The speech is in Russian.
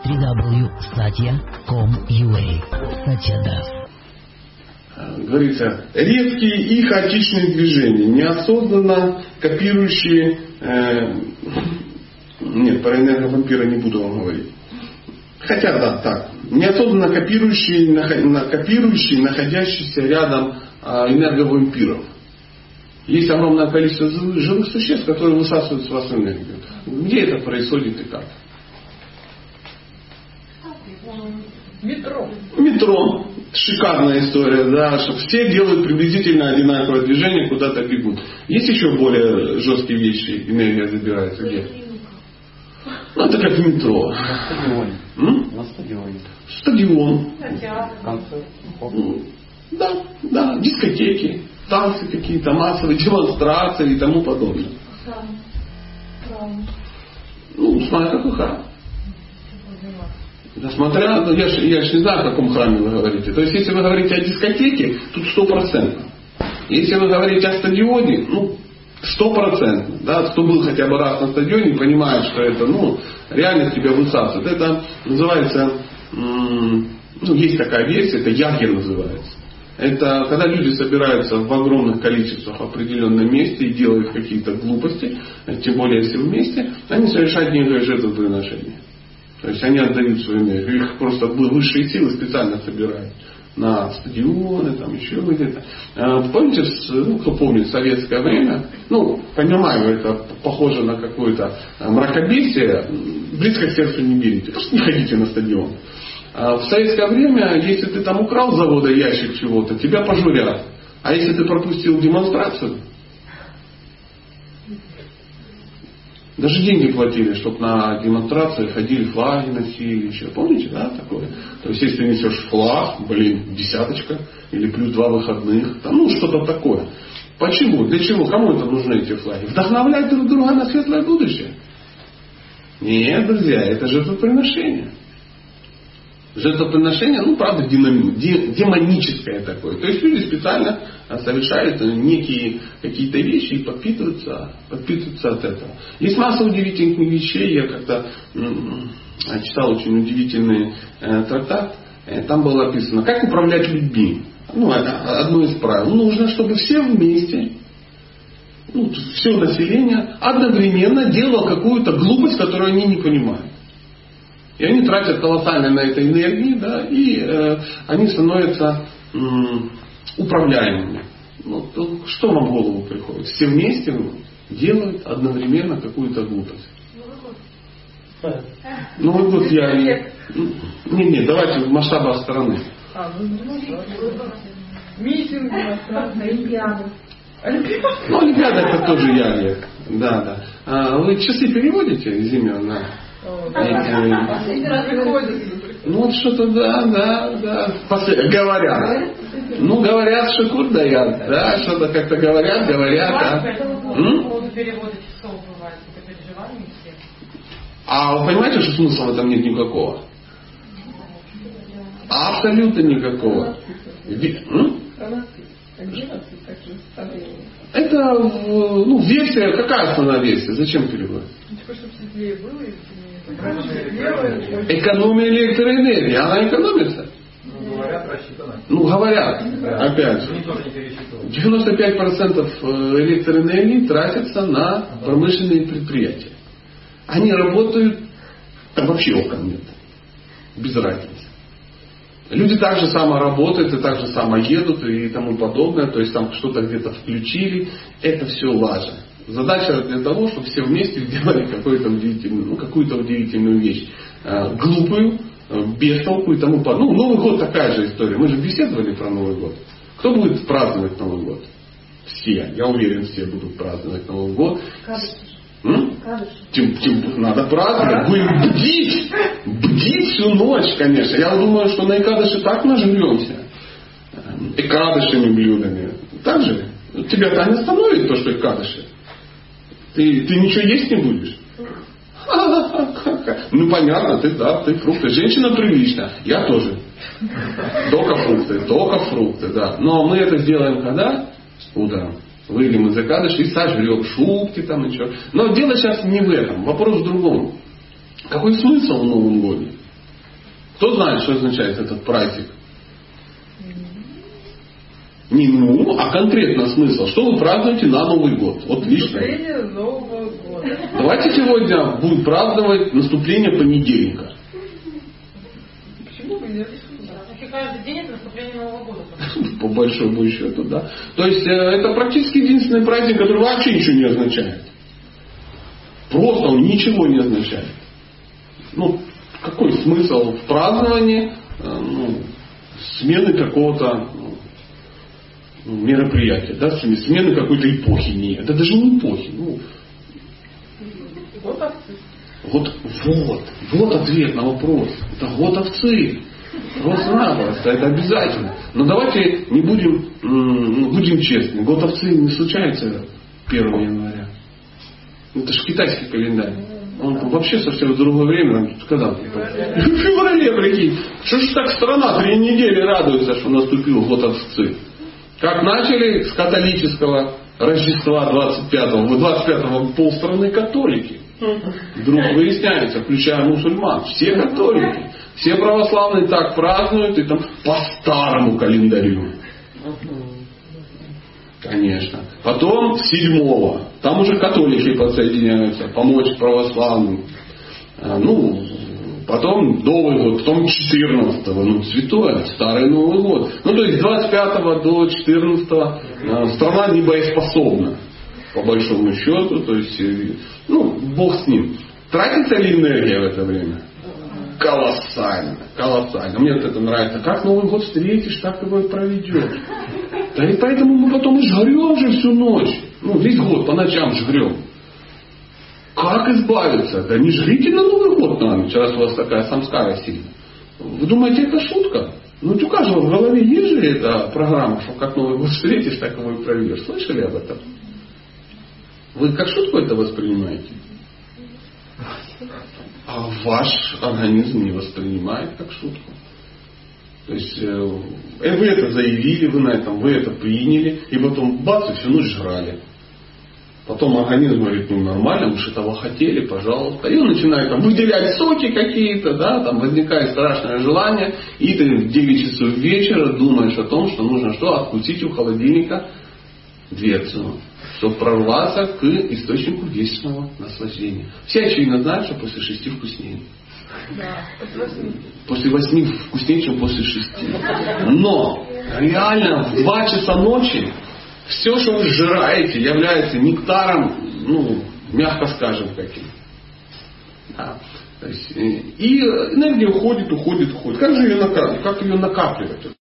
www.satya.com.ua Satya Das. Говорится, редкие и хаотичные движения, неосознанно копирующие... Нет, про энерговампира не буду вам говорить. Хотя да, так. Неосознанно копирующие находящиеся рядом энерговампиров. Есть огромное количество живых существ, которые высасывают с вас энергию. Где это происходит и как? Метро. Шикарная история, да, что все делают приблизительно одинаковое движение, куда-то бегут. Есть еще более жесткие вещи, энергия забирается где? Ну, это как в метро. На стадионе. Стадион. Концерт. Да, дискотеки, танцы какие-то, массовые демонстрации и тому подобное. Ну, смотря какой храм. Да, смотря, я ж не знаю, о каком храме вы говорите. То есть, если вы говорите о дискотеке, тут 100%. Если вы говорите о стадионе, 100%. Да, кто был хотя бы раз на стадионе, понимает, что это, реально тебя высасывает. Это называется, есть такая версия, это ягер называется. Это когда люди собираются в огромных количествах в определенном месте и делают какие-то глупости, тем более если вместе, они совершают некое жертвоприношение. То есть они отдают свою энергию. Их просто высшие силы специально собирают на стадионы, там еще где-то. Помните, кто помнит советское время, понимаю, это похоже на какое-то мракобесие, близко к сердцу не берите, просто не ходите на стадион. В советское время, если ты там украл с завода ящик чего-то, тебя пожурят. А если ты пропустил демонстрацию, даже деньги платили, чтобы на демонстрации ходили, флаги носили, еще. Помните, да, такое? То есть, если ты несешь флаг, десяточка, или плюс 2 выходных, что-то такое. Почему? Для чего? Кому это нужны эти флаги? Вдохновлять друг друга на светлое будущее? Нет, друзья, это жертвоприношение. Жертвоприношение, правда, демоническое такое. То есть люди специально совершают некие какие-то вещи и подпитываются от этого. Есть масса удивительных вещей. Я как-то читал очень удивительный трактат. Там было написано, как управлять людьми. Это одно из правил. Нужно, чтобы все вместе, все население одновременно делало какую-то глупость, которую они не понимают. И они тратят колоссально на это энергии, да, и они становятся управляемыми. Что вам в голову приходит? Все вместе делают одновременно какую-то глупость. Новый год я... Не, давайте в масштабах страны. Митинг, Олимпиада. Олимпиада это тоже ягер. Да. Вы часы переводите из имен на... Что-то, да. Говорят. Говорят, что кур дают. Да, что-то как-то говорят, да. А вы понимаете, что смысла в этом нет никакого? Абсолютно никакого. Это, версия, какая основная версия? Зачем перевод? Чтобы светлее было, экономия электроэнергии. Она экономится? Говорят, рассчитано. Говорят. Опять же. 95% электроэнергии тратятся на промышленные предприятия. Они работают, там вообще окон нет. Без разницы. Люди так же само работают и так же само едут и тому подобное. То есть там что-то где-то включили. Это все лажа. Задача для того, чтобы все вместе сделали какую-то удивительную вещь. Глупую, без толку и тому подобное. Новый год такая же история. Мы же беседовали про Новый год. Кто будет праздновать Новый год? Все. Я уверен, все будут праздновать Новый год. Надо праздновать. Будем бдить. Бдить всю ночь, конечно. Я думаю, что на Экадыши так наживемся. Экадышими блюдами. Так же? Тебя-то не остановит то, что Экадыши. Ты ничего есть не будешь? Понятно, ты фрукты. Женщина приличная. Я тоже. Только фрукты, да. Но мы это сделаем когда? Утром. Выйдем из Экадыши и сожрем шубки там и что. Но дело сейчас не в этом. Вопрос в другом. Какой смысл в Новом годе? Кто знает, что означает этот праздник? Не ну, а конкретно смысл. Что вы празднуете на Новый год? Вот лично. Наступление Нового года. Давайте сегодня будем праздновать наступление понедельника. Почему бы нет? Каждый день это наступление Нового года. По большому счету, да. То есть это практически единственный праздник, который вообще ничего не означает. Просто он ничего не означает. Ну, какой смысл в праздновании смены какого-то мероприятия, да, смены какой-то эпохи? Нет, это даже не эпохи. Год овцы. Вот ответ на вопрос. Это год овцы. Просто-напросто, это обязательно. Но давайте не будем честны. Год овцы не случается 1 января. Это же китайский календарь. Он вообще совсем в другое время. Когда? В феврале, прикинь. Что ж так страна 3 недели радуется, что наступил год овцы. Как начали с католического Рождества 25-го. Вы 25-го полстраны католики. Вдруг выясняется, включая мусульман. Все католики. Все православные так празднуют, и там по старому календарю. Конечно. Потом 7-го. Там уже католики подсоединяются, помочь православным. Потом Новый год, потом 14-го. Святое, старый Новый год. То есть с 25 до 14 страна не боеспособна. По большому счету. То есть, Бог с ним. Тратится ли энергия в это время? Колоссально. Мне вот это нравится. Как Новый год встретишь, так его и проведешь. Да и поэтому мы потом и жрем же всю ночь. Весь год по ночам жрем. Как избавиться? Да не жрите на Новый год на ночь, раз у вас такая самскара сильная. Вы думаете, это шутка? У каждого в голове есть же эта программа, что как Новый год встретишь, так его и проведешь. Слышали об этом? Вы как шутку это воспринимаете? А ваш организм не воспринимает как шутку. То есть вы это заявили, вы это приняли, и потом бац, и всю ночь жрали. Потом организм говорит, нормально, мы же этого хотели, пожалуйста. И он начинает выделять соки какие-то, там возникает страшное желание, и ты в 9 часов вечера думаешь о том, что нужно открутить у холодильника дверцу, чтобы прорваться к источнику вечного наслаждения. Все очевидно знают, что после 6 вкуснее. Да, после 8 вкуснее, чем после 6. Но реально в 2 часа ночи все, что вы сжираете, является нектаром, мягко скажем, каким. Да. То есть, и энергия уходит. Как же ее накапливать?